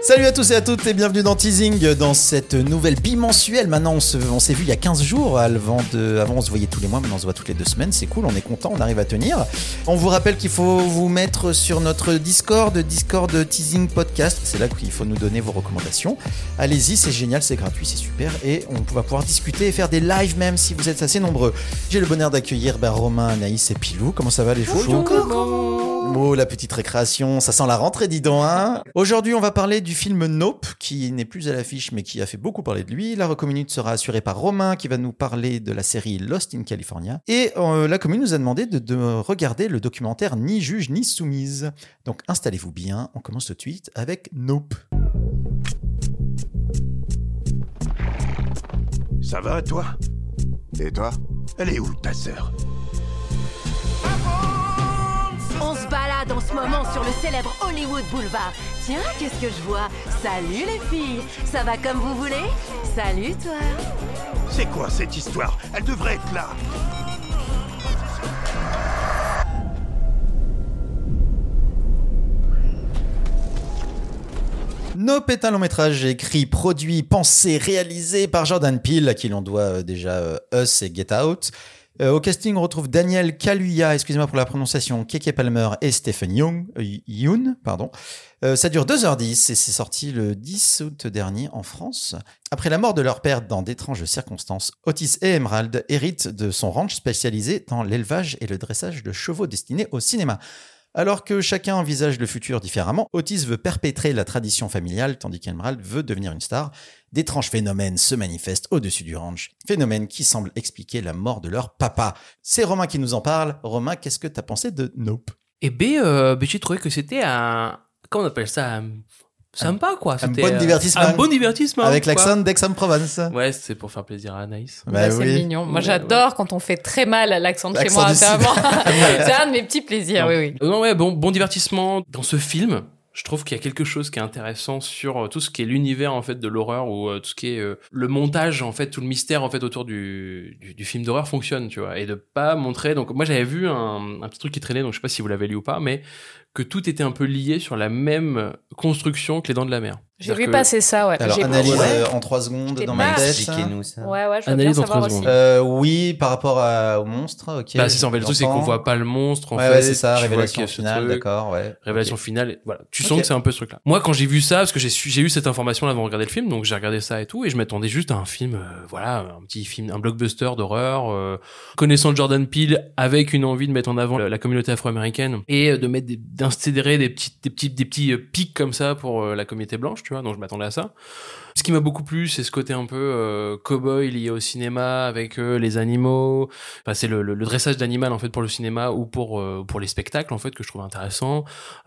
Salut à tous et à toutes et bienvenue dans Teasing, dans cette nouvelle bimensuelle. Maintenant on s'est vu il y a 15 jours, avant on se voyait tous les mois, maintenant on se voit toutes les 2 semaines, c'est cool, on est content, on arrive à tenir. On vous rappelle qu'il faut vous mettre sur notre Discord Teasing Podcast, c'est là qu'il faut nous donner vos recommandations. Allez-y, c'est génial, c'est gratuit, c'est super et on va pouvoir discuter et faire des lives même si vous êtes assez nombreux. J'ai le bonheur d'accueillir Romain, Anaïs et Pilou, comment ça va les chouchous ? Oh, la petite récréation, ça sent la rentrée, dis donc, hein. Aujourd'hui, on va parler du film Nope, qui n'est plus à l'affiche, mais qui a fait beaucoup parler de lui. La recommune sera assurée par Romain, qui va nous parler de la série Lost in California. Et la commune nous a demandé de regarder le documentaire Ni juge ni soumise. Donc, installez-vous bien, on commence tout de suite avec Nope. Ça va, toi ? Et toi ? Elle est où, ta sœur ? On se balade en ce moment sur le célèbre Hollywood Boulevard. Tiens, qu'est-ce que je vois ? Salut les filles, ça va comme vous voulez ? Salut toi. C'est quoi cette histoire ? Elle devrait être là. Nope est un long métrage écrit, produit, pensé, réalisé par Jordan Peele, à qui l'on doit déjà Us et Get Out. Au casting, on retrouve Daniel Kaluuya, excusez-moi pour la prononciation, Keke Palmer et Stephen Yeun. Ça dure 2h10 et c'est sorti le 10 août dernier en France. Après la mort de leur père dans d'étranges circonstances, Otis et Emerald héritent de son ranch spécialisé dans l'élevage et le dressage de chevaux destinés au cinéma. Alors que chacun envisage le futur différemment, Otis veut perpétrer la tradition familiale tandis qu'Emerald veut devenir une star. D'étranges phénomènes se manifestent au-dessus du ranch, phénomènes qui semblent expliquer la mort de leur papa. C'est Romain qui nous en parle. Romain, qu'est-ce que t'as pensé de Nope ? J'ai trouvé que c'était comment on appelle ça, sympa quoi. C'était un bon divertissement. Un bon divertissement. Avec l'accent d'Aix-en-Provence. Ouais, c'est pour faire plaisir à Anaïs. Bah c'est oui. mignon. Moi, j'adore quand on fait très mal à l'accent de chez moi. Du C'est un de mes petits plaisirs, oui. Non, ouais, bon divertissement dans ce film. Je trouve qu'il y a quelque chose qui est intéressant sur tout ce qui est l'univers en fait de l'horreur ou tout ce qui est le montage en fait, tout le mystère en fait autour du film d'horreur fonctionne, tu vois, et de pas montrer. Donc moi j'avais vu un petit truc qui traînait, donc je sais pas si vous l'avez lu ou pas, mais que tout était un peu lié sur la même construction que Les Dents de la Mer. J'ai vu passer ça, ouais. Alors, analyse en 3 secondes dans ma tête. Expliquez-nous ça. Ouais, je veux Analyse bien en savoir 3 aussi. secondes. Oui, par rapport au monstre, ok. Bah, c'est ça, en fait, le truc, c'est qu'on voit pas le monstre, en fait. Ouais, c'est ça, tu vois révélation qu'il y a ce finale, truc. d'accord, ouais. Révélation Okay. finale, et voilà. Tu sens que c'est un peu ce truc-là. Moi, quand j'ai vu ça, parce que j'ai eu cette information-là avant de regarder le film, donc j'ai regardé ça et tout, et je m'attendais juste à un film, un petit film, un blockbuster d'horreur, connaissant Jordan Peele, avec une envie de mettre en avant la communauté afro-américaine, et de mettre d'insérer des petits pics comme ça pour la communauté blanche, tu vois, donc je m'attendais à ça. Ce qui m'a beaucoup plu, c'est ce côté un peu cow-boy lié au cinéma avec les animaux. Enfin, c'est le dressage d'animal en fait pour le cinéma ou pour les spectacles en fait que je trouve intéressant.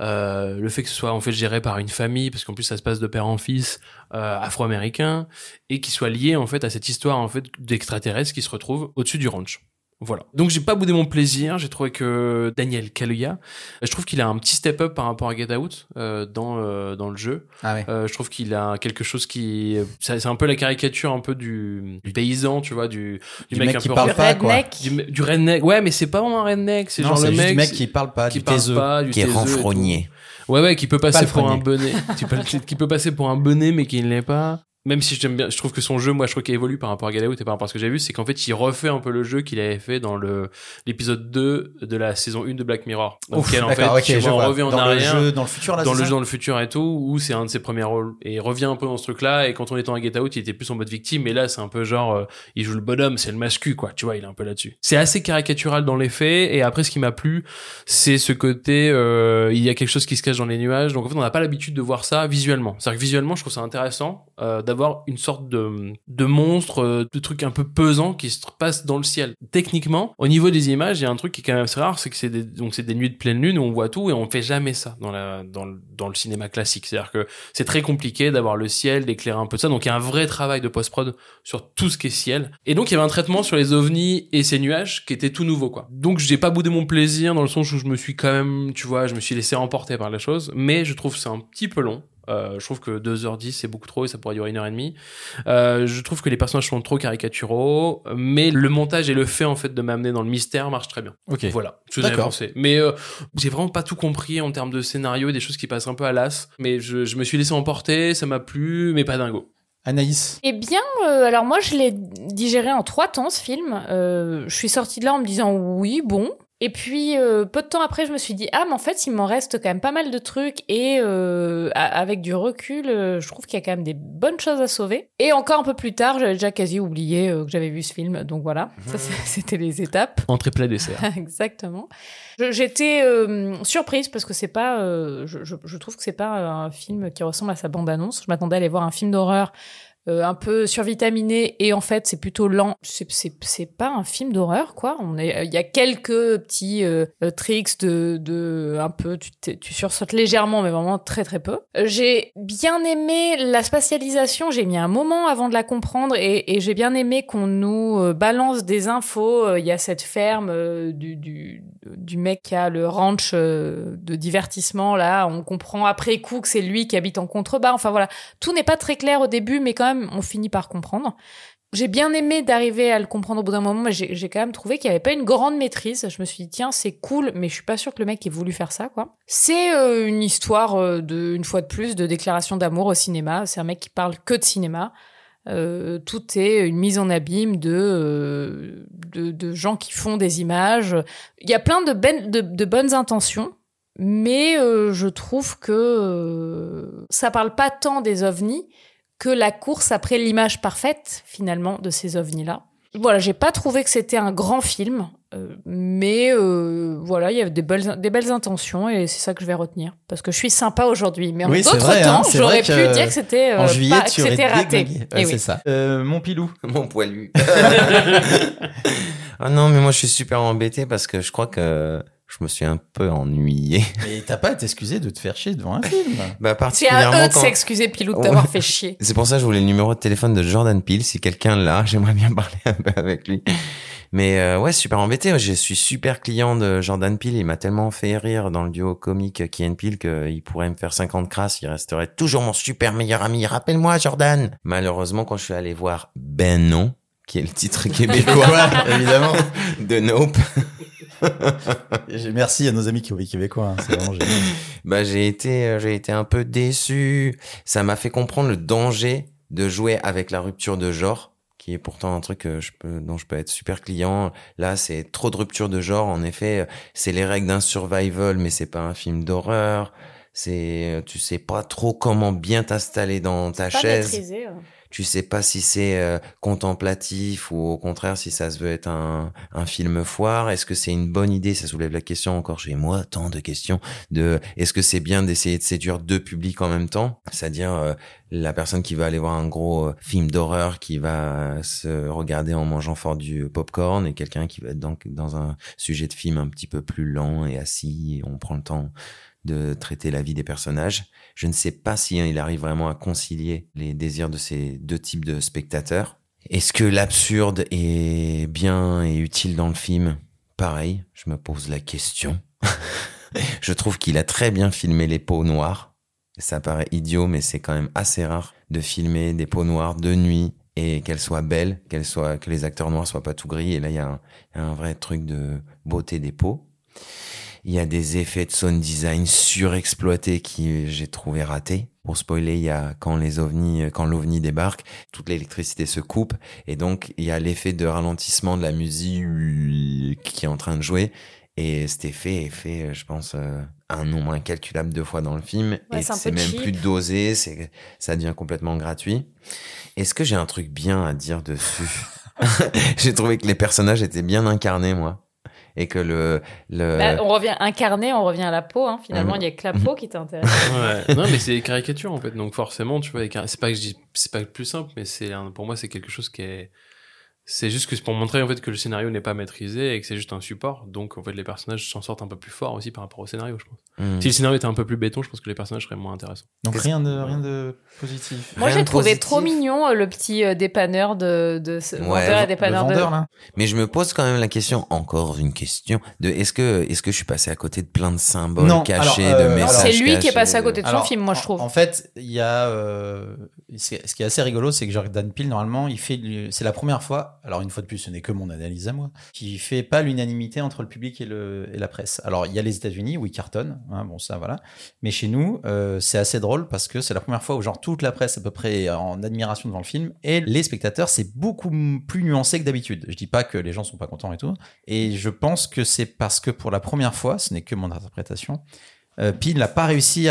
Le fait que ce soit en fait géré par une famille parce qu'en plus ça se passe de père en fils afro-américain et qui soit lié en fait à cette histoire en fait d'extraterrestres qui se retrouvent au-dessus du ranch. Voilà. Donc j'ai pas boudé mon plaisir, j'ai trouvé que Daniel Kaluuya, je trouve qu'il a un petit step up par rapport à Get Out dans le jeu. Ah ouais. Je trouve qu'il a quelque chose qui c'est un peu la caricature un peu du paysan, tu vois, du mec un qui peu parle pas quoi. du redneck. Ouais, mais c'est pas vraiment un redneck, c'est genre le mec du mec qui parle pas, qui du parle taiseux. pas, du Qui est taiseux et renfrogné. tout. Ouais, qui peut passer pour un Palefrenier. bonnet. Qui peut passer pour un bonnet mais qui ne l'est pas. Même si j'aime bien, je trouve que son jeu, moi, je trouve qu'il évolue par rapport à Get Out et par rapport à ce que j'ai vu, c'est qu'en fait, il refait un peu le jeu qu'il avait fait dans l'épisode 2 de la saison 1 de Black Mirror. Dans lequel, en fait, tu vois, on revient en arrière. Dans le futur, là, Dans c'est le ça jeu dans le futur et tout, où c'est un de ses premiers rôles. Et il revient un peu dans ce truc-là, et quand on était en Get Out, il était plus en mode victime, et là, c'est un peu genre, il joue le bonhomme, c'est le mascu, quoi. Tu vois, il est un peu là-dessus. C'est assez caricatural dans les faits, et après, ce qui m'a plu, c'est ce côté, il y a quelque chose qui se cache dans les nuages, donc en fait, on n'a pas l'habitude de voir ça visuellement. C'est-à-dire que visuellement, je trouve ça intéressant, d'avoir une sorte de monstres, de trucs un peu pesants qui se passent dans le ciel. Techniquement, au niveau des images, il y a un truc qui est quand même assez rare, c'est que c'est des nuits de pleine lune où on voit tout et on fait jamais ça dans le cinéma classique. C'est-à-dire que c'est très compliqué d'avoir le ciel, d'éclairer un peu de ça. Donc il y a un vrai travail de post-prod sur tout ce qui est ciel. Et donc il y avait un traitement sur les ovnis et ces nuages qui était tout nouveau, quoi. Donc j'ai pas boudé mon plaisir dans le sens où je me suis quand même, tu vois, je me suis laissé emporter par la chose, mais je trouve que c'est un petit peu long. Je trouve que 2h10 c'est beaucoup trop et ça pourrait durer 1h30. Je trouve que les personnages sont trop caricaturaux, mais le montage et le fait en fait de m'amener dans le mystère marche très bien. Ok. Voilà, ce que j'avais pensé. Mais j'ai vraiment pas tout compris en termes de scénario, des choses qui passent un peu à l'as. Mais je me suis laissé emporter, ça m'a plu, mais pas dingo. Anaïs? Eh bien, alors moi, je l'ai digéré en 3 temps, ce film. Je suis sortie de là en me disant oui, bon. Et puis, peu de temps après, je me suis dit, mais en fait, il m'en reste quand même pas mal de trucs. Et avec du recul, je trouve qu'il y a quand même des bonnes choses à sauver. Et encore un peu plus tard, j'avais déjà quasi oublié que j'avais vu ce film. Donc voilà, ça, c'était les étapes. Entrée plat dessert. Exactement. J'étais surprise parce que c'est pas... je trouve que c'est pas un film qui ressemble à sa bande-annonce. Je m'attendais à aller voir un film d'horreur un peu survitaminé et en fait c'est plutôt lent. C'est pas un film d'horreur quoi. Il y a quelques petits tricks de un peu tu sursautes légèrement mais vraiment très très peu. J'ai bien aimé la spatialisation. J'ai mis un moment avant de la comprendre et j'ai bien aimé qu'on nous balance des infos. Il y a cette ferme du mec qui a le ranch de divertissement là. On comprend après coup que c'est lui qui habite en contrebas. Enfin voilà, tout n'est pas très clair au début mais quand même on finit par comprendre. J'ai bien aimé d'arriver à le comprendre au bout d'un moment, mais j'ai quand même trouvé qu'il n'y avait pas une grande maîtrise. Je me suis dit, tiens, c'est cool, mais je suis pas sûre que le mec ait voulu faire ça, quoi. C'est une histoire, une fois de plus, de déclaration d'amour au cinéma. C'est un mec qui parle que de cinéma. Tout est une mise en abîme de gens qui font des images. Il y a plein de bonnes intentions, mais je trouve que ça parle pas tant des ovnis que la course après l'image parfaite, finalement, de ces ovnis-là. Voilà, j'ai pas trouvé que c'était un grand film, mais voilà, il y avait des belles intentions et c'est ça que je vais retenir. Parce que je suis sympa aujourd'hui, mais en d'autres temps, j'aurais pu dire que c'était en juillet, que c'était raté. Ouais, c'est ça. Mon pilou. Mon poilu. Ah non, mais moi je suis super embêté parce que je crois que je me suis un peu ennuyé. Mais t'as pas à t'excuser de te faire chier devant un film. Particulièrement c'est à eux de s'excuser, Pilou, de t'avoir fait chier. C'est pour ça que je voulais le numéro de téléphone de Jordan Peele. Si quelqu'un l'a, j'aimerais bien parler un peu avec lui. Mais ouais, super embêté. Je suis super client de Jordan Peele. Il m'a tellement fait rire dans le duo comique Key & Peele qu'il pourrait me faire 50 crasses. Il resterait toujours mon super meilleur ami. Rappelle-moi, Jordan. Malheureusement, quand je suis allé voir Ben Non, qui est le titre québécois, évidemment, de Nope. Merci à nos amis québécois, hein, c'est vraiment génial. J'ai été un peu déçu. Ça m'a fait comprendre le danger de jouer avec la rupture de genre, qui est pourtant un truc dont je peux être super client. Là, c'est trop de rupture de genre. En effet, c'est les règles d'un survival, mais c'est pas un film d'horreur. Tu sais pas trop comment bien t'installer dans ta chaise. Maîtrisé, Tu sais pas si c'est contemplatif ou au contraire si ça se veut être un film foire. Est-ce que c'est une bonne idée? Ça soulève la question encore chez moi, tant de questions de est-ce que c'est bien d'essayer de séduire deux publics en même temps? C'est-à-dire la personne qui va aller voir un gros film d'horreur qui va se regarder en mangeant fort du popcorn et quelqu'un qui va être donc dans un sujet de film un petit peu plus lent et assis et on prend le temps de traiter la vie des personnages. Je ne sais pas si il arrive vraiment à concilier les désirs de ces deux types de spectateurs. Est-ce que l'absurde est bien et utile dans le film? Pareil, je me pose la question. Je trouve qu'il a très bien filmé les peaux noires. Ça paraît idiot, mais c'est quand même assez rare de filmer des peaux noires de nuit et qu'elles soient belles, que les acteurs noirs soient pas tout gris. Et là, il y a un vrai truc de beauté des peaux. Il y a des effets de sound design surexploités qui j'ai trouvé ratés. Pour spoiler, il y a quand l'OVNI débarque, toute l'électricité se coupe et donc il y a l'effet de ralentissement de la musique qui est en train de jouer et cet effet est fait, je pense, un nombre incalculable de fois dans le film et c'est même plus dosé, ça devient complètement gratuit. Est-ce que j'ai un truc bien à dire dessus? J'ai trouvé que les personnages étaient bien incarnés, moi. Et que on revient incarné, on revient à la peau, hein. Finalement, il y a que la peau qui t'intéresse. Ouais. Non, mais c'est des caricatures, en fait. Donc, forcément, tu vois, c'est pas le plus simple, mais pour moi, c'est quelque chose qui est C'est juste que c'est pour montrer en fait que le scénario n'est pas maîtrisé et que c'est juste un support. Donc en fait les personnages s'en sortent un peu plus fort aussi par rapport au scénario, je pense. Si le scénario était un peu plus béton, je pense que les personnages seraient moins intéressants. Donc rien de positif. Moi, Rien j'ai de trouvé positif. trop mignon le petit dépanneur de vendeur et dépanneur Le vendeur, là. Mais je me pose quand même la question, encore une question, de est-ce que je suis passé à côté de plein de symboles Non, cachés, alors, de alors, messages C'est lui qui est cachés, passé à côté de son Alors, film, moi, je trouve. En fait, il y a ce qui est assez rigolo, c'est que Jordan Peele, normalement, c'est la première fois, alors une fois de plus, ce n'est que mon analyse à moi, qui fait pas l'unanimité entre le public et la presse. Alors, il y a les États-Unis où ils cartonnent, hein, bon, ça, voilà. Mais chez nous, c'est assez drôle parce que c'est la première fois où, genre, toute la presse à peu près est en admiration devant le film et les spectateurs, c'est beaucoup plus nuancé que d'habitude. Je dis pas que les gens sont pas contents et tout. Et je pense que c'est parce que pour la première fois, ce n'est que mon interprétation, Peele n'a pas réussi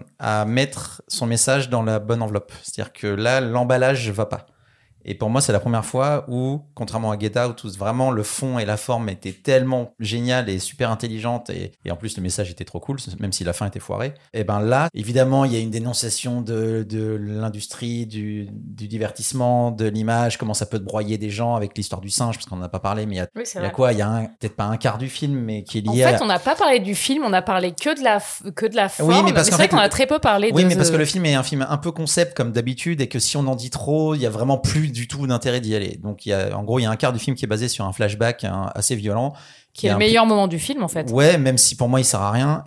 à mettre son message dans la bonne enveloppe. C'est-à-dire que là, l'emballage va pas. Et pour moi, c'est la première fois où, contrairement à Get Out, où vraiment le fond et la forme étaient tellement géniales et super intelligentes, et en plus le message était trop cool, même si la fin était foirée. Et ben là, évidemment, il y a une dénonciation de l'industrie, du divertissement, de l'image, comment ça peut te broyer des gens avec l'histoire du singe, parce qu'on n'en a pas parlé, mais Oui, c'est il y a vrai. quoi? Il y a peut-être pas un quart du film, mais qui est En lié fait, à... on n'a pas parlé du film, on a parlé que de la forme. Oui, mais parce c'est qu'en vrai fait, qu'on a très peu parlé de... Oui, mais parce que le film est un film un peu concept comme d'habitude et que si on en dit trop, il y a vraiment plus du tout d'intérêt d'y aller. Donc en gros, il y a un quart du film qui est basé sur un flashback assez violent. qui est le meilleur moment du film, en fait. Ouais, même si pour moi il sert à rien.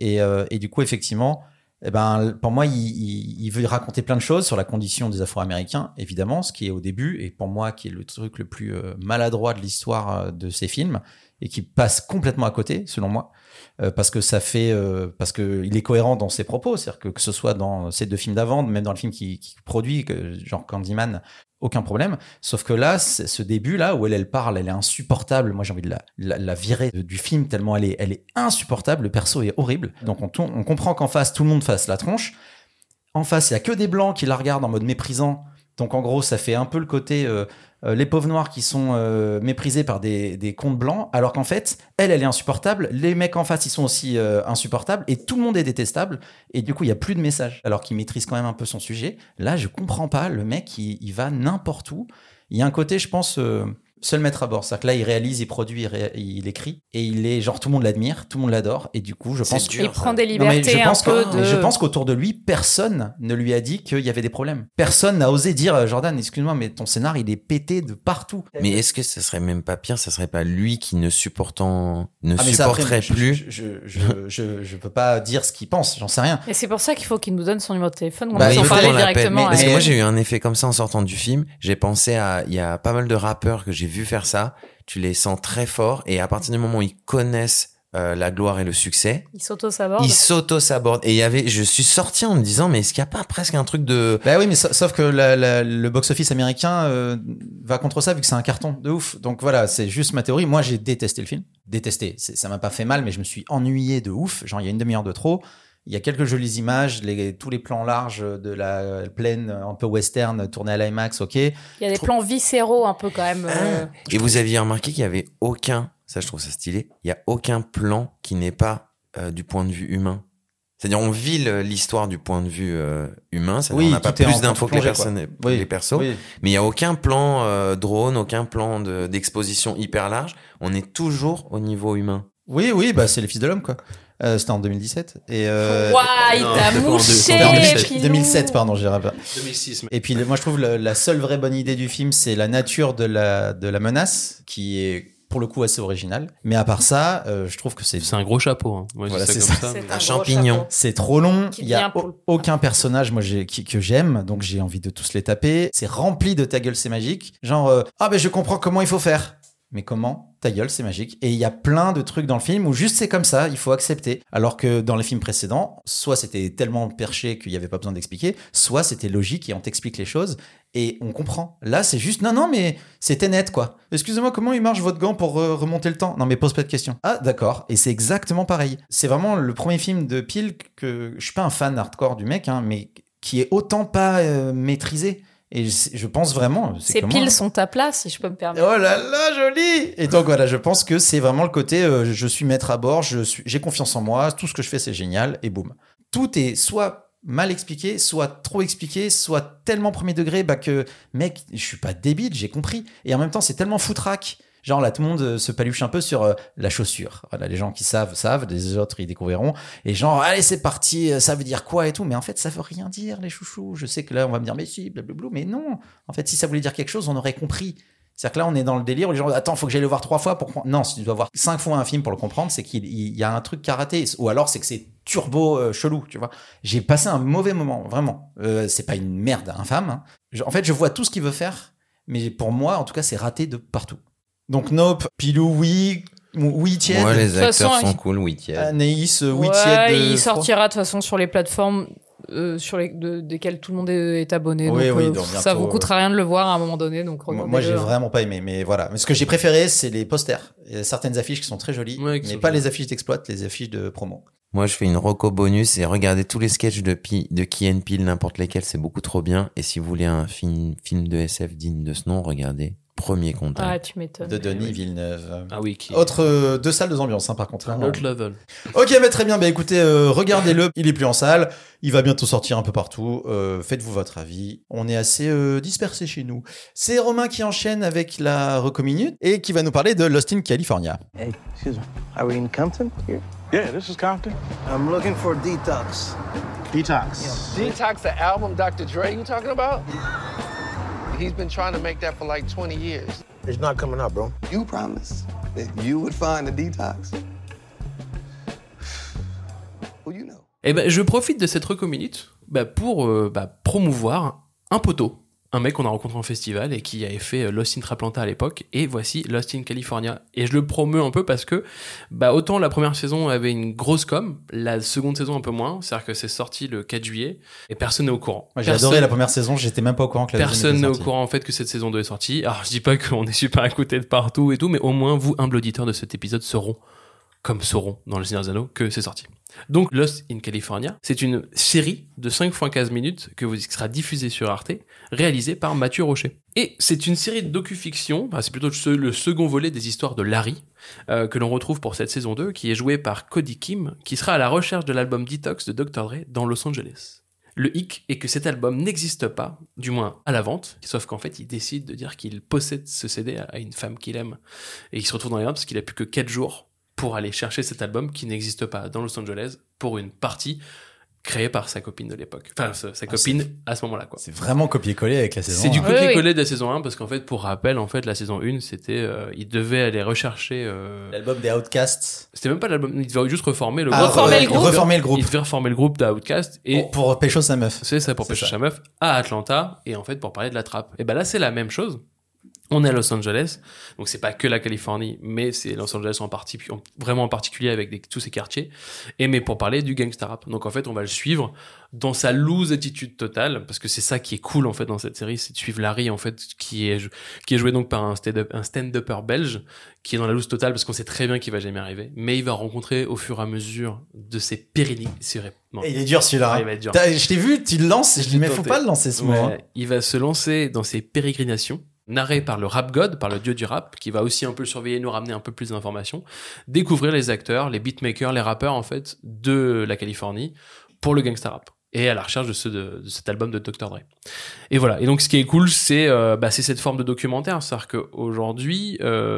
Et du coup, effectivement, eh ben, pour moi, il veut raconter plein de choses sur la condition des Afro-Américains, évidemment, ce qui est au début, et pour moi, qui est le truc le plus maladroit de l'histoire de ces films, et qui passe complètement à côté, selon moi. Parce que parce que il est cohérent dans ses propos, c'est-à-dire que ce soit dans ces deux films d'avant, même dans le film qui produit, genre Candyman, aucun problème. Sauf que là, ce début-là, où elle parle, elle est insupportable. Moi, j'ai envie de la virer du film tellement elle est insupportable. Le perso est horrible. Donc, on comprend qu'en face, tout le monde fasse la tronche. En face, il y a que des blancs qui la regardent en mode méprisant. Donc, en gros, ça fait un peu le côté les pauvres noirs qui sont méprisés par des contes blancs, alors qu'en fait, elle est insupportable. Les mecs en face, ils sont aussi insupportables, et tout le monde est détestable. Et du coup, il y a plus de message, alors qu'il maîtrise quand même un peu son sujet. Là, je comprends pas. Le mec, il va n'importe où. Il y a un côté, je pense, seul maître à bord. C'est-à-dire que là, il réalise, il produit, il écrit, et il est genre tout le monde l'admire, tout le monde l'adore, et du coup, je pense dur, Il prend des non, mais libertés un peu de... mais je pense qu'autour de lui, personne ne lui a dit qu'il y avait des problèmes. Personne n'a osé dire Jordan, excuse-moi, mais ton scénar, il est pété de partout. Mais est-ce que ça serait même pas pire? Ça serait pas lui qui ne Mais ça, après, supporterait plus? Je peux pas dire ce qu'il pense, j'en sais rien. Et c'est pour ça qu'il faut qu'il nous donne son numéro de téléphone. On Bah, va il s'en faut parler qu'on l'appelle. directement. Mais parce que Mais- moi, j'ai eu un effet comme ça en sortant du film. J'ai pensé il y a pas mal de rappeurs que j'ai vu faire ça. Tu les sens très forts, et à partir du moment où ils connaissent la gloire et le succès, Il s'auto-saborde. ils s'auto-sabordent. Et je suis sorti en me disant, mais est-ce qu'il n'y a pas presque un truc de... Bah oui, mais sauf que le box-office américain va contre ça, vu que c'est un carton de ouf. Donc voilà, c'est juste ma théorie. Moi, j'ai détesté le film. Détesté. Ça m'a pas fait mal, mais je me suis ennuyé de ouf. Genre, il y a une demi-heure de trop. Il y a quelques jolies images, tous les plans larges de la plaine un peu western tournés à l'IMAX, ok. Il y a des plans viscéraux un peu quand même. Et vous aviez remarqué qu'il y avait aucun, ça je trouve ça stylé, il y a aucun plan qui n'est pas du point de vue humain. C'est-à-dire on vit l'histoire du point de vue humain, c'est-à-dire on n'a pas tout est plus en d'infos que les contre-plongée, personnes, quoi. Oui, les persos, oui. mais il y a aucun plan drone, aucun plan d'exposition hyper large. On est toujours au niveau humain. Oui, bah c'est les Fils de l'Homme, quoi. C'était en 2017. Et Ouah, il non, t'a c'était pas en mouché, C'était en 2007. Pilou. 2007, pardon, je dirais pas. 2006. Et puis moi je trouve la seule vraie bonne idée du film, c'est la nature de la menace, qui est pour le coup assez originale. Mais à part ça, je trouve que c'est C'est un gros chapeau. Hein. Moi, je Voilà, dis c'est ça ça. comme ça. C'est mais- un Un gros champignon. chapeau. c'est trop long. Qui Il y a devient poulpe. aucun personnage moi que j'aime, donc j'ai envie de tous les taper. C'est rempli de ta gueule, c'est magique. Genre ah ben je comprends comment il faut faire. Mais comment? Ta gueule, c'est magique. Et il y a plein de trucs dans le film où juste c'est comme ça, il faut accepter. Alors que dans les films précédents, soit c'était tellement perché qu'il n'y avait pas besoin d'expliquer, soit c'était logique et on t'explique les choses et on comprend. Là, c'est juste non, mais c'était net, quoi. Excusez-moi, comment il marche votre gant pour remonter le temps? Non, mais pose pas de questions. Ah, d'accord. Et c'est exactement pareil. C'est vraiment le premier film de Peele que je suis pas un fan hardcore du mec, hein, mais qui est autant pas maîtrisé. Et je pense vraiment. Ces que moi- piles sont à plat, si je peux me permettre. Oh là là, joli! Et donc voilà, je pense que c'est vraiment le côté je suis maître à bord, j'ai confiance en moi, tout ce que je fais c'est génial, et boum. Tout est soit mal expliqué, soit trop expliqué, soit tellement premier degré que, mec, je suis pas débile, j'ai compris. Et en même temps, c'est tellement foutraque. Genre là, tout le monde se paluche un peu sur la chaussure. Voilà, les gens qui savent, les autres, ils découvriront. Et genre, allez, c'est parti, ça veut dire quoi et tout. Mais en fait, ça veut rien dire, les chouchous. Je sais que là, on va me dire, mais si, blablabla. Mais non. En fait, si ça voulait dire quelque chose, on aurait compris. C'est-à-dire que là, on est dans le délire où les gens, attends, faut que j'aille le voir 3 fois pour comprendre. Non, si tu dois voir 5 fois un film pour le comprendre, c'est qu'il y a un truc qui a raté. Ou alors, c'est que c'est turbo chelou, tu vois. J'ai passé un mauvais moment, vraiment. C'est pas une merde infâme. Hein. En fait, je vois tout ce qu'il veut faire. Mais pour moi, en tout cas, c'est raté de partout. Donc Nope, Pilou, oui, tiède. Moi, les acteurs façon, sont cool, oui, tiède. Anaïs, oui, Ouais, tiède. il sortira de toute façon sur les plateformes desquelles tout le monde est abonné. Oui, donc, oui, donc ça bientôt, vous coûtera rien de le voir à un moment donné. Donc Moi, j'ai regardez-le. vraiment pas aimé, mais voilà. Mais ce que j'ai préféré, c'est les posters. Il y a certaines affiches qui sont très jolies, Ouais, qui mais sont pas jolies. les affiches d'exploit, les affiches de promo. Moi, je fais une reco bonus et regardez tous les sketchs de Key and Peele, n'importe lesquels, c'est beaucoup trop bien. Et si vous voulez un film de SF digne de ce nom, regardez Premier Contact. Ah, tu m'étonnes. De Denis Villeneuve. Ah oui, qui Autre 2 salles, 2 ambiances, hein, par contre. un hein. autre level. Ok, mais très bien. Bah écoutez, regardez-le. Il est plus en salle. Il va bientôt sortir un peu partout. Faites-vous votre avis. On est assez dispersés chez nous. C'est Romain qui enchaîne avec la Reco Minute et qui va nous parler de Lost in California. Hey, excuse me. Are we in Compton here? Yeah, this is Compton. I'm looking for Detox. Detox. Detox, the album Dr. Dre you talking about? He's been trying to make that for like 20 years. It's not coming up, bro. You promised that you would find a detox. Who you know? Et ben, je profite de cette reco minute pour promouvoir un poteau. Un mec qu'on a rencontré en festival et qui avait fait Lost in Traplanta à l'époque, et voici Lost in California. Et je le promeux un peu parce que, autant la première saison avait une grosse com, la seconde saison un peu moins, c'est-à-dire que c'est sorti le 4 juillet, et personne n'est au courant. Moi, j'ai adoré la première saison, j'étais même pas au courant que la deuxième Personne était n'est au sortie. courant en fait que cette saison 2 est sortie. Alors je dis pas qu'on est super écouté de partout et tout, mais au moins vous, humbles auditeurs de cet épisode, sauront dans Le Seigneur des Anneaux, que c'est sorti. Donc Lost in California, c'est une série de 5 x 15 minutes qui sera diffusée sur Arte, réalisée par Mathieu Rocher. Et c'est une série de docu-fiction, c'est plutôt le second volet des histoires de Larry, que l'on retrouve pour cette saison 2, qui est joué par Cody Kim, qui sera à la recherche de l'album Detox de Dr. Dre dans Los Angeles. Le hic est que cet album n'existe pas, du moins à la vente, sauf qu'en fait il décide de dire qu'il possède ce CD à une femme qu'il aime, et il se retrouve dans les mains parce qu'il a plus que 4 jours pour aller chercher cet album qui n'existe pas dans Los Angeles pour une partie créée par sa copine de l'époque. Enfin, sa copine à ce moment-là, quoi. C'est vraiment copier-coller avec la saison. C'est du hein. copier-coller de la saison 1 parce qu'en fait, pour rappel, en fait, la saison 1, c'était, il devait aller rechercher, L'album des Outcasts. c'était même pas l'album, il devait juste reformer le Ah, groupe. Reformer le groupe. Reformer le groupe. Il devait reformer le groupe d'Outcast et Pour pécho sa meuf. c'est ça pour C'est pêcher ça. sa meuf à Atlanta et en fait pour parler de la trappe. Et là c'est la même chose. On est à Los Angeles, donc c'est pas que la Californie, mais c'est Los Angeles vraiment en particulier avec tous ces quartiers. Mais pour parler du gangsta rap. Donc en fait, on va le suivre dans sa loose attitude totale, parce que c'est ça qui est cool en fait dans cette série, c'est de suivre Larry en fait, qui est joué donc par un stand-upper belge, qui est dans la loose totale parce qu'on sait très bien qu'il va jamais arriver, mais il va rencontrer au fur et à mesure de ses pérégrinations. Et il est dur celui-là. Ah, il va être dur. Je t'ai vu, tu le lances, et je dis, mais faut tenté. pas le lancer ce mot. hein. Il va se lancer dans ses pérégrinations, narré par le rap god, par le dieu du rap, qui va aussi un peu surveiller, nous ramener un peu plus d'informations, découvrir les acteurs, les beatmakers, les rappeurs en fait de la Californie pour le gangsta rap. Et à la recherche de cet album de Dr. Dre. Et voilà. Et donc, ce qui est cool, c'est cette forme de documentaire. C'est-à-dire qu'aujourd'hui,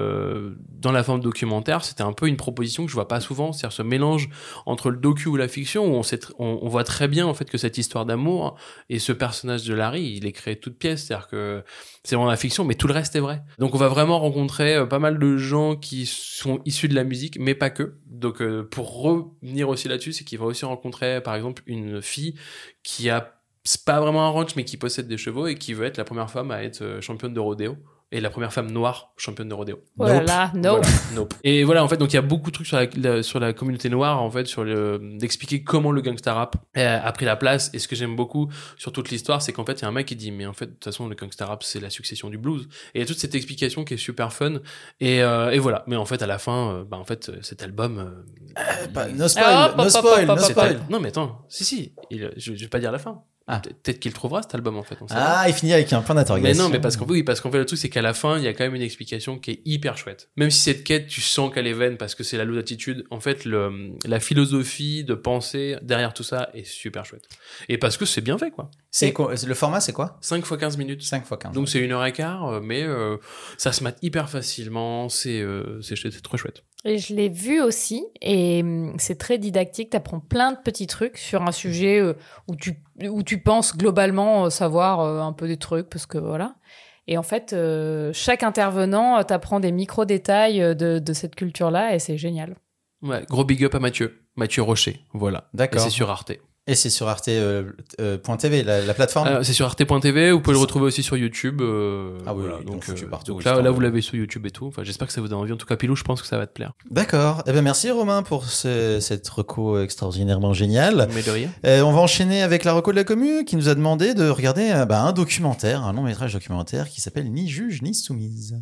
dans la forme documentaire, c'était un peu une proposition que je vois pas souvent. C'est-à-dire ce mélange entre le docu ou la fiction, où on voit très bien, en fait, que cette histoire d'amour et ce personnage de Larry, il est créé de toutes pièces. C'est-à-dire que c'est vraiment la fiction, mais tout le reste est vrai. Donc, on va vraiment rencontrer pas mal de gens qui sont issus de la musique, mais pas que. Donc, pour revenir aussi là-dessus, c'est qu'il va aussi rencontrer, par exemple, une fille qui c'est pas vraiment un ranch, mais qui possède des chevaux et qui veut être la première femme à être championne de rodéo. Et la première femme noire championne de rodéo. Oh là là, nope. Voilà, nope. Et voilà, en fait, donc il y a beaucoup de trucs sur la communauté noire, en fait, d'expliquer comment le gangsta rap a pris la place. Et ce que j'aime beaucoup sur toute l'histoire, c'est qu'en fait, il y a un mec qui dit, mais en fait, de toute façon, le gangsta rap, c'est la succession du blues. Et il y a toute cette explication qui est super fun. Et voilà. Mais en fait, à la fin, en fait, cet album, No spoil, no spoil, no spoil. non, mais attends. Si. Je vais pas dire la fin. Peut-être qu'il trouvera cet album en fait. On sait Il finit avec un point d'interrogation. Mais non, mais parce qu'en fait le truc c'est qu'à la fin il y a quand même une explication qui est hyper chouette. Même si cette quête tu sens qu'elle est vaine parce que c'est la lourde attitude, en fait la philosophie de pensée derrière tout ça est super chouette. Et parce que c'est bien fait quoi. Le format c'est quoi? 5 x 15 minutes. 5 x 15. Donc c'est 1h15, mais ça se mate hyper facilement, c'est trop chouette. Et je l'ai vu aussi, et c'est très didactique, t'apprends plein de petits trucs sur un sujet où tu penses globalement savoir un peu des trucs, parce que voilà. Et en fait, chaque intervenant t'apprend des micro-détails de cette culture-là, et c'est génial. Ouais, gros big up à Mathieu Rocher, voilà. D'accord. Et c'est sur Arte. Et c'est sur arte.tv, la plateforme. C'est sur arte.tv, vous pouvez le retrouver aussi sur YouTube. Voilà, donc là vous l'avez sur YouTube et tout. Enfin, j'espère que ça vous donne envie. En tout cas, Pilou, je pense que ça va te plaire. D'accord. Eh ben merci Romain pour cette reco extraordinairement géniale. Mais de rien. On va enchaîner avec la reco de la commu qui nous a demandé de regarder un documentaire, un long métrage documentaire qui s'appelle Ni juge ni soumise.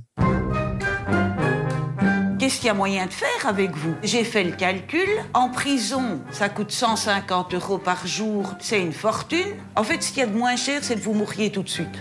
Qu'est-ce qu'il y a moyen de faire avec vous? J'ai fait le calcul. En prison, ça coûte 150 € par jour. C'est une fortune. En fait, ce qu'il y a de moins cher, c'est que vous mouriez tout de suite.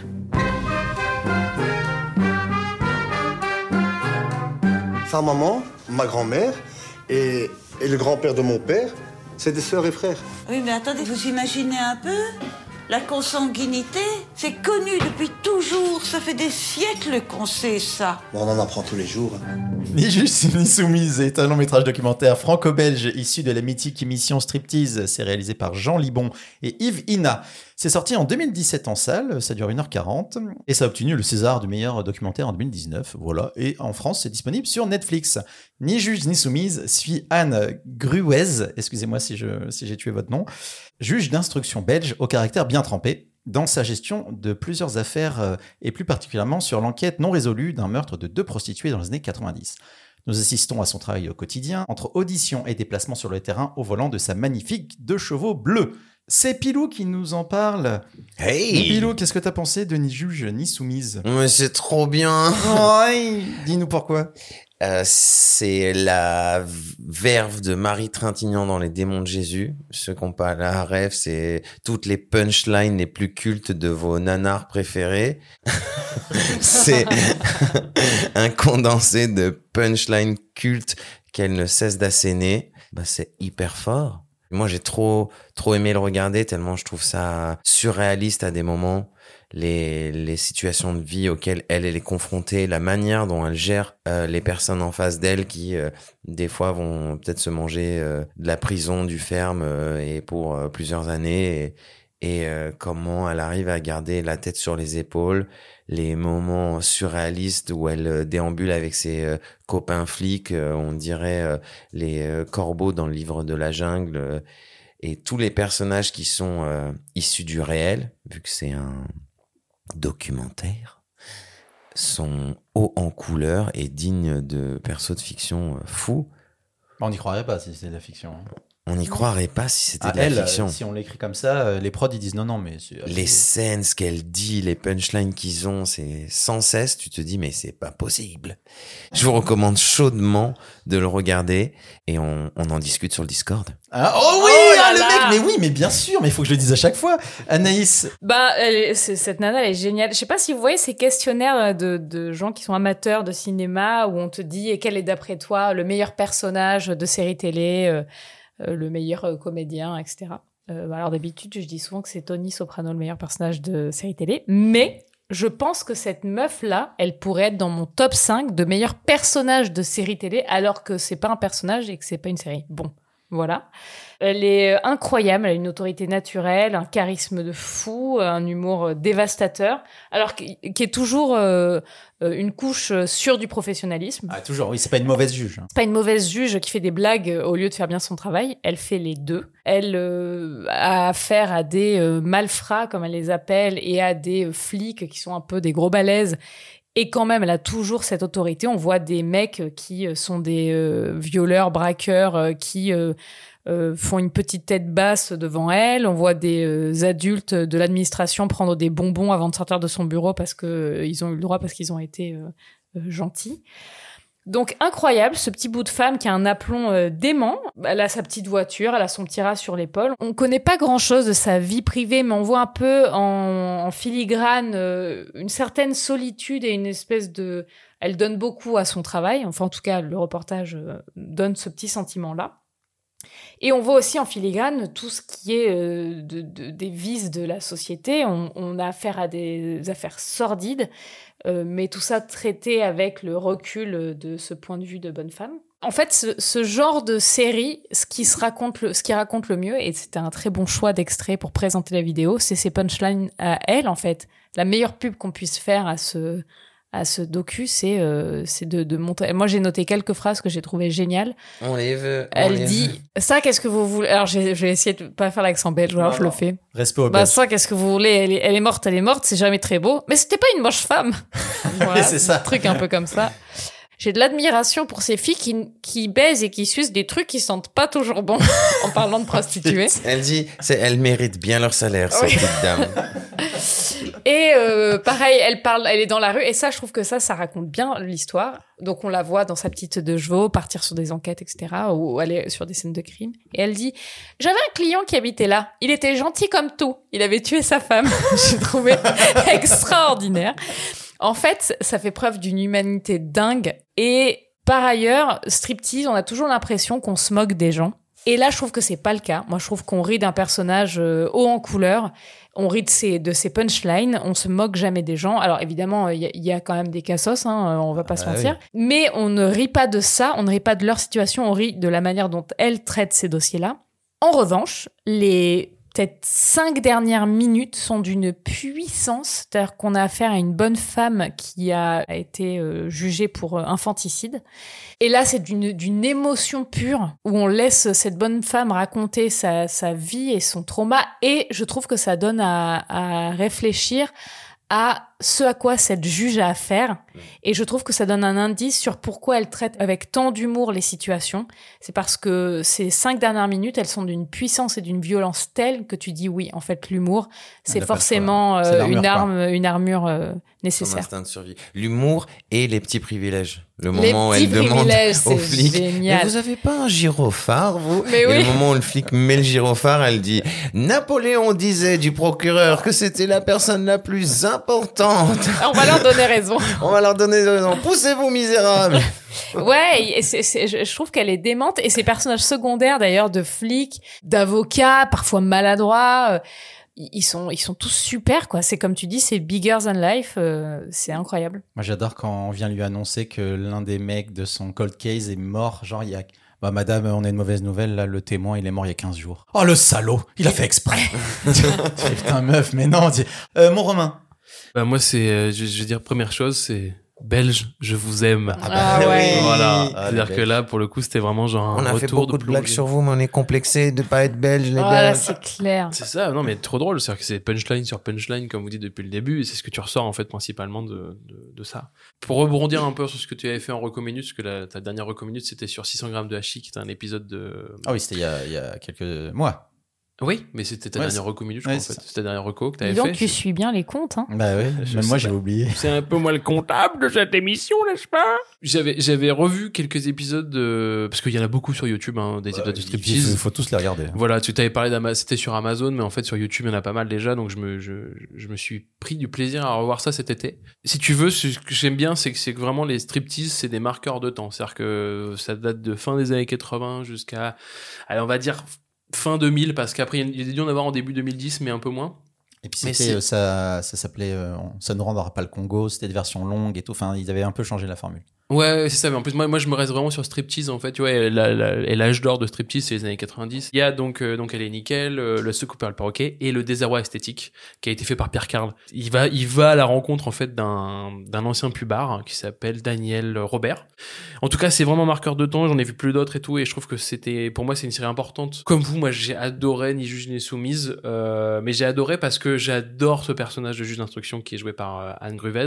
Sa maman, ma grand-mère et le grand-père de mon père, c'est des sœurs et frères. Oui, mais attendez, vous imaginez un peu? La consanguinité, c'est connu depuis toujours. Ça fait des siècles qu'on sait ça. Bon, on en apprend tous les jours. Ni juste ni soumise est un long métrage documentaire franco-belge issu de la mythique émission Striptease. C'est réalisé par Jean Libon et Yves Ina. C'est sorti en 2017 en salle, ça dure 1h40 et ça a obtenu le César du meilleur documentaire en 2019. Voilà, et en France, c'est disponible sur Netflix. Ni juge ni soumise suit Anne Gruez, excusez-moi si j'ai tué votre nom, juge d'instruction belge au caractère bien trempé dans sa gestion de plusieurs affaires et plus particulièrement sur l'enquête non résolue d'un meurtre de 2 prostituées dans les années 90. Nous assistons à son travail au quotidien, entre auditions et déplacements sur le terrain au volant de sa magnifique 2 chevaux bleus. C'est Pilou qui nous en parle. Hey Pilou, qu'est-ce que t'as pensé de Ni juge ni soumise? Mais c'est trop bien. Ouais, dis-nous pourquoi. C'est la verve de Marie Trintignant dans Les Démons de Jésus. Ceux qui n'ont pas la rêve, c'est toutes les punchlines les plus cultes de vos nanars préférés. C'est un condensé de punchlines cultes qu'elle ne cesse d'asséner. C'est hyper fort. Moi, j'ai trop aimé le regarder tellement je trouve ça surréaliste à des moments. Les situations de vie auxquelles elle est confrontée, la manière dont elle gère les personnes en face d'elle qui des fois vont peut-être se manger de la prison, du ferme et pour plusieurs années et comment elle arrive à garder la tête sur les épaules, les moments surréalistes où elle déambule avec ses copains flics, on dirait les corbeaux dans le livre de la jungle, et tous les personnages qui sont issus du réel, vu que c'est un documentaire, sont hauts en couleur et dignes de persos de fiction fous. On n'y croirait pas si c'était de la fiction. On n'y croirait pas si c'était de la fiction. Si on l'écrit comme ça, les prods ils disent non, mais les scènes, ce qu'elle dit, les punchlines qu'ils ont, c'est sans cesse, tu te dis mais c'est pas possible. Je vous recommande chaudement de le regarder et on en discute sur le Discord. Oh oui, le mec, mais oui, mais bien sûr, mais il faut que je le dise à chaque fois. Anaïs. Cette nana, elle est géniale. Je sais pas si vous voyez ces questionnaires de gens qui sont amateurs de cinéma où on te dit et quel est d'après toi le meilleur personnage de série télé, le meilleur comédien, etc. Alors d'habitude, je dis souvent que c'est Tony Soprano le meilleur personnage de série télé, mais je pense que cette meuf-là, elle pourrait être dans mon top 5 de meilleurs personnages de série télé, alors que c'est pas un personnage et que c'est pas une série. Bon, voilà. Elle est incroyable, elle a une autorité naturelle, un charisme de fou, un humour dévastateur, alors qui est toujours une couche sûre du professionnalisme. Ah, toujours, oui, c'est pas une mauvaise juge. C'est pas une mauvaise juge qui fait des blagues au lieu de faire bien son travail, elle fait les deux. Elle a affaire à des malfrats, comme elle les appelle, et à des flics qui sont un peu des gros balèzes. Et quand même, elle a toujours cette autorité. On voit des mecs qui sont des violeurs, braqueurs, qui font une petite tête basse devant elle. On voit des adultes de l'administration prendre des bonbons avant de sortir de son bureau parce que ils ont eu le droit, parce qu'ils ont été gentils. Donc incroyable, ce petit bout de femme qui a un aplomb dément. Elle a sa petite voiture, elle a son petit rat sur l'épaule. On connaît pas grand-chose de sa vie privée, mais on voit un peu en filigrane une certaine solitude et une espèce de... Elle donne beaucoup à son travail. Enfin, en tout cas, le reportage donne ce petit sentiment-là. Et on voit aussi en filigrane tout ce qui est des vices de la société. On a affaire à des affaires sordides, mais tout ça traité avec le recul de ce point de vue de bonne femme. En fait, ce genre de série, ce qui raconte le mieux, et c'était un très bon choix d'extrait pour présenter la vidéo, c'est ses punchlines à elle, en fait. La meilleure pub qu'on puisse faire à ce docu, c'est de montrer. Moi, j'ai noté quelques phrases que j'ai trouvées géniales. On les veut. Elle dit ça, qu'est-ce que vous voulez? Alors, je vais essayer de pas faire l'accent belge. Alors, je le fais. Respect au belge. Ça, qu'est-ce que vous voulez? Elle est morte. C'est jamais très beau. Mais c'était pas une moche femme. Voilà, c'est ça. Un truc un peu comme ça. J'ai de l'admiration pour ces filles qui baisent et qui sucent des trucs qui sentent pas toujours bon en parlant de prostituées. Elle dit, elles méritent bien leur salaire, cette petite dame. Et pareil, elle est dans la rue et ça, je trouve que ça raconte bien l'histoire. Donc on la voit dans sa petite de chevaux partir sur des enquêtes, etc. ou aller sur des scènes de crime. Et elle dit, j'avais un client qui habitait là. Il était gentil comme tout. Il avait tué sa femme. J'ai trouvé extraordinaire. En fait, ça fait preuve d'une humanité dingue. Et par ailleurs, striptease, on a toujours l'impression qu'on se moque des gens. Et là, je trouve que c'est pas le cas. Moi, je trouve qu'on rit d'un personnage haut en couleur. On rit de ses punchlines. On se moque jamais des gens. Alors, évidemment, il y a quand même des cassos, hein, on va pas se mentir. Oui. Mais on ne rit pas de ça. On ne rit pas de leur situation. On rit de la manière dont elle traite ces dossiers-là. En revanche, les peut-être 5 dernières minutes sont d'une puissance, c'est-à-dire qu'on a affaire à une bonne femme qui a été jugée pour infanticide. Et là, c'est d'une émotion pure où on laisse cette bonne femme raconter sa vie et son trauma. Et je trouve que ça donne à réfléchir à ce à quoi cette juge a affaire. Et je trouve que ça donne un indice sur pourquoi elle traite avec tant d'humour les situations. C'est parce que ces 5 dernières minutes, elles sont d'une puissance et d'une violence telle que tu dis oui, en fait, l'humour, c'est forcément une armure nécessaire. Son instinct de survie. L'humour et les petits privilèges. Le moment où elle demande au flic, mais vous avez pas un gyrophare, vous? Mais oui. Et le moment où le flic met le gyrophare, elle dit, Napoléon disait du procureur que c'était la personne la plus importante. On va leur donner raison. On va leur donner raison. Poussez-vous, misérables. Ouais, et je trouve qu'elle est démente. Et ces personnages secondaires, d'ailleurs, de flics, d'avocats, parfois maladroits, ils sont tous super, quoi. C'est comme tu dis, c'est bigger than life. C'est incroyable. Moi, j'adore quand on vient lui annoncer que l'un des mecs de son cold case est mort. Genre, il y a... Bah, madame, on a une mauvaise nouvelle, là, le témoin, il est mort il y a 15 jours. Oh, le salaud! Il a fait exprès! Putain, meuf, mais non! Mon Romain. Bah, moi, je vais dire, première chose, c'est belge, je vous aime. Ouais. Voilà. C'est-à-dire que là, pour le coup, c'était vraiment genre on a fait beaucoup de blagues sur vous, mais on est complexés de pas être belges, les Belges. Belges. C'est clair. C'est ça, non, mais trop drôle. C'est-à-dire que c'est punchline sur punchline, comme vous dites depuis le début, et c'est ce que tu ressors, en fait, principalement de ça. Pour rebondir un peu sur ce que tu avais fait en Reco Minute, parce que ta dernière Reco Minute, c'était sur 600 grammes de hachis, qui était un épisode de... Ah oui, c'était il y a quelques mois. Oui, mais c'était ta dernière reco minute, je crois, en fait. C'était ta dernière reco que t'avais fait. Donc, tu suis bien les comptes, hein. Bah oui, même moi, j'ai oublié. C'est un peu moi le comptable de cette émission, n'est-ce pas? J'avais revu quelques épisodes parce qu'il y en a beaucoup sur YouTube, hein, des épisodes de striptease. Il faut tous les regarder. Voilà, tu t'avais parlé c'était sur Amazon, mais en fait, sur YouTube, il y en a pas mal déjà, donc je me suis pris du plaisir à revoir ça cet été. Si tu veux, ce que j'aime bien, c'est que vraiment les striptease, c'est des marqueurs de temps. C'est-à-dire que ça date de fin des années 80 jusqu'à, allez, on va dire, fin 2000, parce qu'après il y a dû en avoir en début 2010, mais un peu moins. Et puis ça s'appelait ça ne rendra pas le Congo, c'était des versions longues et tout, enfin ils avaient un peu changé la formule. Ouais, c'est ça, mais en plus moi je me reste vraiment sur striptease, en fait, tu vois, et l'âge d'or de striptease, c'est les années 90. Il y a donc Elle est nickel, Le Se couper le perroquet et Le désarroi esthétique, qui a été fait par Pierre Carl. Il va à la rencontre, en fait, d'un ancien pubard qui s'appelle Daniel Robert. En tout cas, c'est vraiment marqueur de temps, j'en ai vu plus d'autres et tout, et je trouve que pour moi, c'est une série importante. Comme vous, moi, j'ai adoré Ni juge ni soumise, mais j'ai adoré parce que j'adore ce personnage de juge d'instruction qui est joué par Anne Gruvez,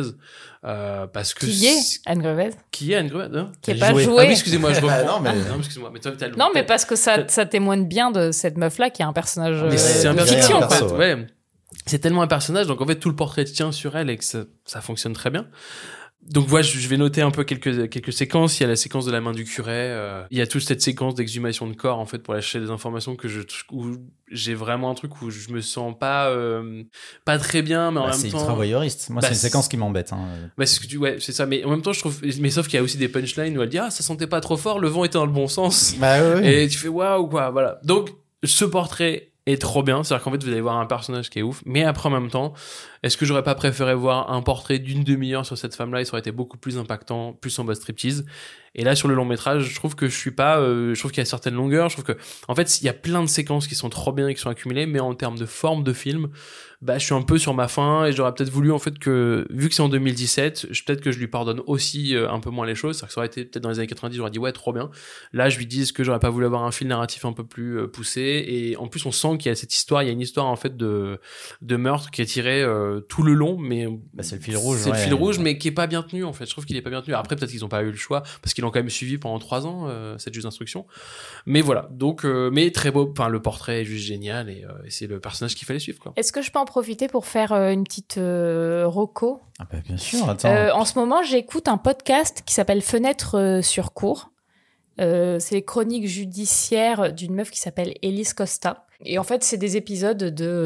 parce que... Qui est Anne Gruvez? Qui est Anne Gruvez, hein? Qui est pas joué. Ah oui, excusez-moi, je reprends. non, excusez-moi. Mais non, mais parce que ça témoigne bien de cette meuf-là qui est un personnage c'est un fiction, en fait. perso, Ouais. C'est tellement un personnage, donc en fait, tout le portrait tient sur elle et que ça fonctionne très bien. Donc voilà, je vais noter un peu quelques séquences. Il y a la séquence de la main du curé. Il y a toute cette séquence d'exhumation de corps en fait pour aller chercher des informations où j'ai vraiment un truc où je me sens pas très bien, mais en même temps c'est ultra voyeuriste. Moi, c'est une séquence qui m'embête. Hein. Bah c'est ça. Mais en même temps, je trouve. Mais sauf qu'il y a aussi des punchlines où elle dit ça sentait pas trop fort, le vent était dans le bon sens. Bah oui. Et tu fais waouh quoi. Voilà. Donc ce portrait est trop bien, c'est-à-dire qu'en fait vous allez voir un personnage qui est ouf, mais après en même temps, est-ce que j'aurais pas préféré voir un portrait d'une demi-heure sur cette femme-là, et ça aurait été beaucoup plus impactant, plus en mode striptease. Et là sur le long métrage, je trouve que je trouve qu'il y a certaines longueurs, je trouve que en fait il y a plein de séquences qui sont trop bien et qui sont accumulées, mais en termes de forme de film, je suis un peu sur ma faim et j'aurais peut-être voulu en fait que vu que c'est en 2017, peut-être que je lui pardonne aussi un peu moins les choses, c'est-à-dire que ça aurait été peut-être dans les années 90, j'aurais dit ouais trop bien. Là je lui dis est-ce que j'aurais pas voulu avoir un fil narratif un peu plus poussé, et en plus on sent qu'il y a cette histoire, il y a une histoire en fait de meurtre qui est tirée tout le long, mais c'est le fil rouge. C'est le fil rouge, mais qui est pas bien tenu en fait. Je trouve qu'il est pas bien tenu. Après peut-être qu'ils ont pas eu le choix parce qu'ils l'ont quand même suivi pendant 3 ans cette juge d'instruction. Mais voilà, donc mais très beau. Enfin le portrait est juste génial et c'est le personnage qu'il fallait suivre quoi. Est-ce que je peux en profiter pour faire une petite reco? Bien sûr. Attends. En ce moment, j'écoute un podcast qui s'appelle Fenêtre sur cour. C'est les chroniques judiciaires d'une meuf qui s'appelle Elise Costa. Et en fait, c'est des épisodes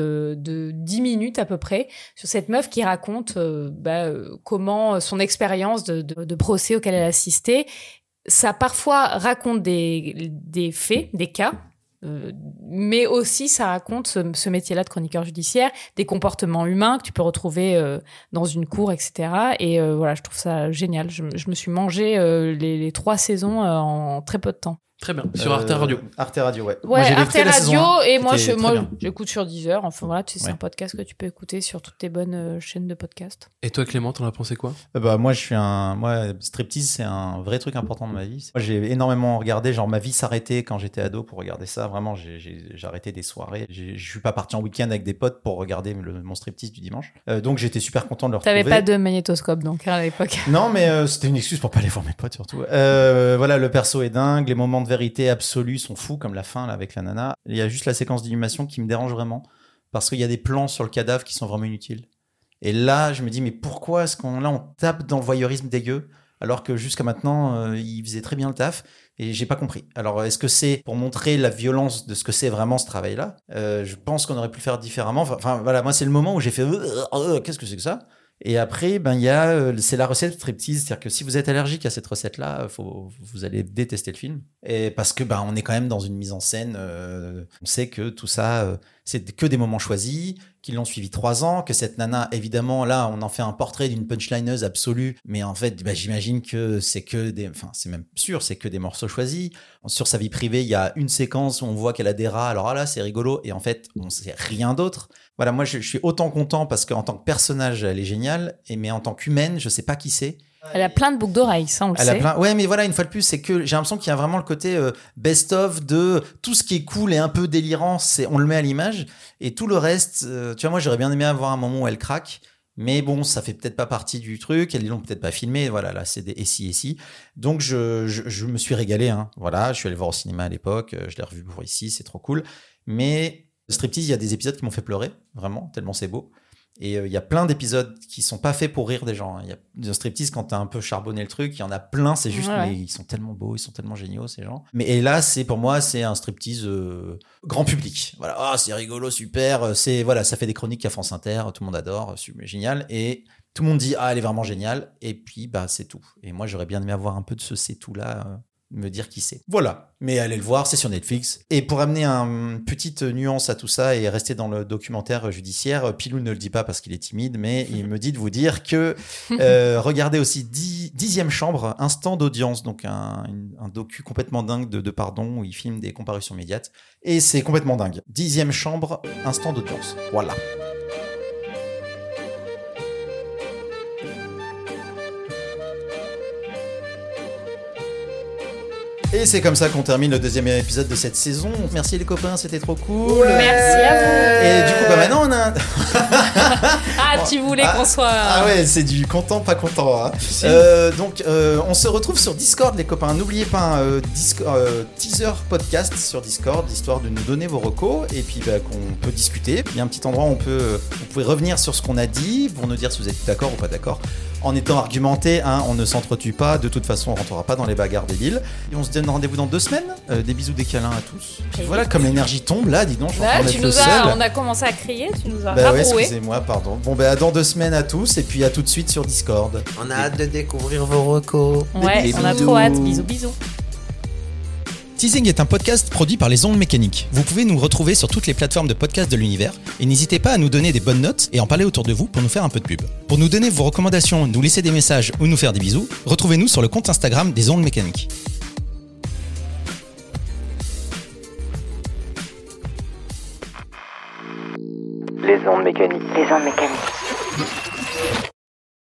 de 10 minutes à peu près sur cette meuf qui raconte comment son expérience de procès auquel elle a assisté. Ça parfois raconte des faits, des cas, mais aussi ça raconte ce métier-là de chroniqueur judiciaire, des comportements humains que tu peux retrouver dans une cour, etc. Et voilà, je trouve ça génial. Je me suis mangé les 3 saisons en très peu de temps. Très bien. Sur Arte Radio. Arte Radio, ouais. Ouais, Arte Radio, et moi bien. j'écoute sur Deezer. Enfin voilà, c'est un podcast que tu peux écouter sur toutes tes bonnes chaînes de podcasts. Et toi, Clément, t'en as pensé quoi? Moi, striptease, c'est un vrai truc important de ma vie. Moi, j'ai énormément regardé, genre ma vie s'arrêtait quand j'étais ado pour regarder ça. Vraiment, j'ai arrêté des soirées. Je suis pas parti en week-end avec des potes pour regarder mon striptease du dimanche. Donc j'étais super content de le retrouver. T'avais pas de magnétoscope donc à l'époque. Non, mais c'était une excuse pour pas aller voir mes potes surtout. Voilà, le perso est dingue, les moments de vérité absolue sont fous, comme la fin là avec la nana. Il y a juste la séquence d'inhumation qui me dérange vraiment parce qu'il y a des plans sur le cadavre qui sont vraiment inutiles. Et là, je me dis mais pourquoi est-ce on tape dans le voyeurisme dégueu alors que jusqu'à maintenant il faisait très bien le taf et j'ai pas compris. Alors est-ce que c'est pour montrer la violence de ce que c'est vraiment ce travail-là? Je pense qu'on aurait pu le faire différemment. Enfin voilà, moi c'est le moment où j'ai fait qu'est-ce que c'est que ça? Et après, c'est la recette striptease, c'est-à-dire que si vous êtes allergique à cette recette-là, vous allez détester le film. Et parce que on est quand même dans une mise en scène, on sait que tout ça, c'est que des moments choisis, qu'ils l'ont suivi 3 ans, que cette nana, évidemment, là, on en fait un portrait d'une punchlineuse absolue, mais en fait, j'imagine que c'est c'est même sûr, c'est que des morceaux choisis. Sur sa vie privée, il y a une séquence où on voit qu'elle a des rats, alors là, c'est rigolo, et en fait, on sait rien d'autre. Voilà, moi, je suis autant content parce qu'en tant que personnage, elle est géniale, mais en tant qu'humaine, je sais pas qui c'est. Elle a plein de boucles d'oreilles, ça on le sait. Ouais, mais voilà, une fois de plus, c'est que j'ai l'impression qu'il y a vraiment le côté best-of de tout ce qui est cool et un peu délirant, on le met à l'image. Et tout le reste, tu vois, moi j'aurais bien aimé avoir un moment où elle craque. Mais bon, ça fait peut-être pas partie du truc, ils l'ont peut-être pas filmé, voilà, là c'est des et si. Donc je me suis régalé, hein. Voilà, je suis allé voir au cinéma à l'époque, je l'ai revu pour ici, c'est trop cool. Mais striptease, il y a des épisodes qui m'ont fait pleurer, vraiment, tellement c'est beau. Et il y a plein d'épisodes qui sont pas faits pour rire des gens. Il y a de striptease quand t'as un peu charbonné le truc, il y en a plein, c'est juste, mais ils sont tellement beaux, ils sont tellement géniaux ces gens. Et là, pour moi, c'est un striptease grand public. Voilà, c'est rigolo, super. Ça fait des chroniques à France Inter, tout le monde adore, super génial. Et tout le monde dit elle est vraiment géniale. Et puis c'est tout. Et moi, j'aurais bien aimé avoir un peu de ce c'est tout là. Me dire qui c'est. Voilà. Mais allez le voir, c'est sur Netflix. Et pour amener une petite nuance à tout ça et rester dans le documentaire judiciaire, Pilou ne le dit pas parce qu'il est timide, mais il me dit de vous dire que regardez aussi 10e chambre, Instant d'audience, donc un docu complètement dingue de Pardon où il filme des comparutions médiates. Et c'est complètement dingue. 10e chambre, Instant d'audience. Voilà. Et c'est comme ça qu'on termine le 2e épisode de cette saison. Merci les copains, c'était trop cool. Merci à vous. Et du coup, maintenant on a tu voulais qu'on soit... Ah ouais, c'est du content, pas content. Hein. Donc, on se retrouve sur Discord, les copains. N'oubliez pas un teaser podcast sur Discord, histoire de nous donner vos recos et puis qu'on peut discuter. Il y a un petit endroit où vous pouvez revenir sur ce qu'on a dit pour nous dire si vous êtes d'accord ou pas d'accord. En étant argumenté, hein, on ne s'entretue pas. De toute façon, on rentrera pas dans les bagarres débiles. Et on se donne rendez-vous dans 2 semaines. Des bisous, des câlins à tous. Puis voilà, comme l'énergie tombe, là, dis donc, je suis en train d'être le seul. On a commencé à crier, tu nous as ouais, rabroué. Excusez-moi, pardon. Bon, dans 2 semaines à tous, et puis à tout de suite sur Discord. On a hâte de découvrir vos recos. Ouais, on a trop hâte. Bisous, bisous. Teasing est un podcast produit par Les Ondes Mécaniques. Vous pouvez nous retrouver sur toutes les plateformes de podcast de l'univers et n'hésitez pas à nous donner des bonnes notes et en parler autour de vous pour nous faire un peu de pub. Pour nous donner vos recommandations, nous laisser des messages ou nous faire des bisous, retrouvez-nous sur le compte Instagram des Ondes Mécaniques. Les Ondes Mécaniques. Les Ondes Mécaniques.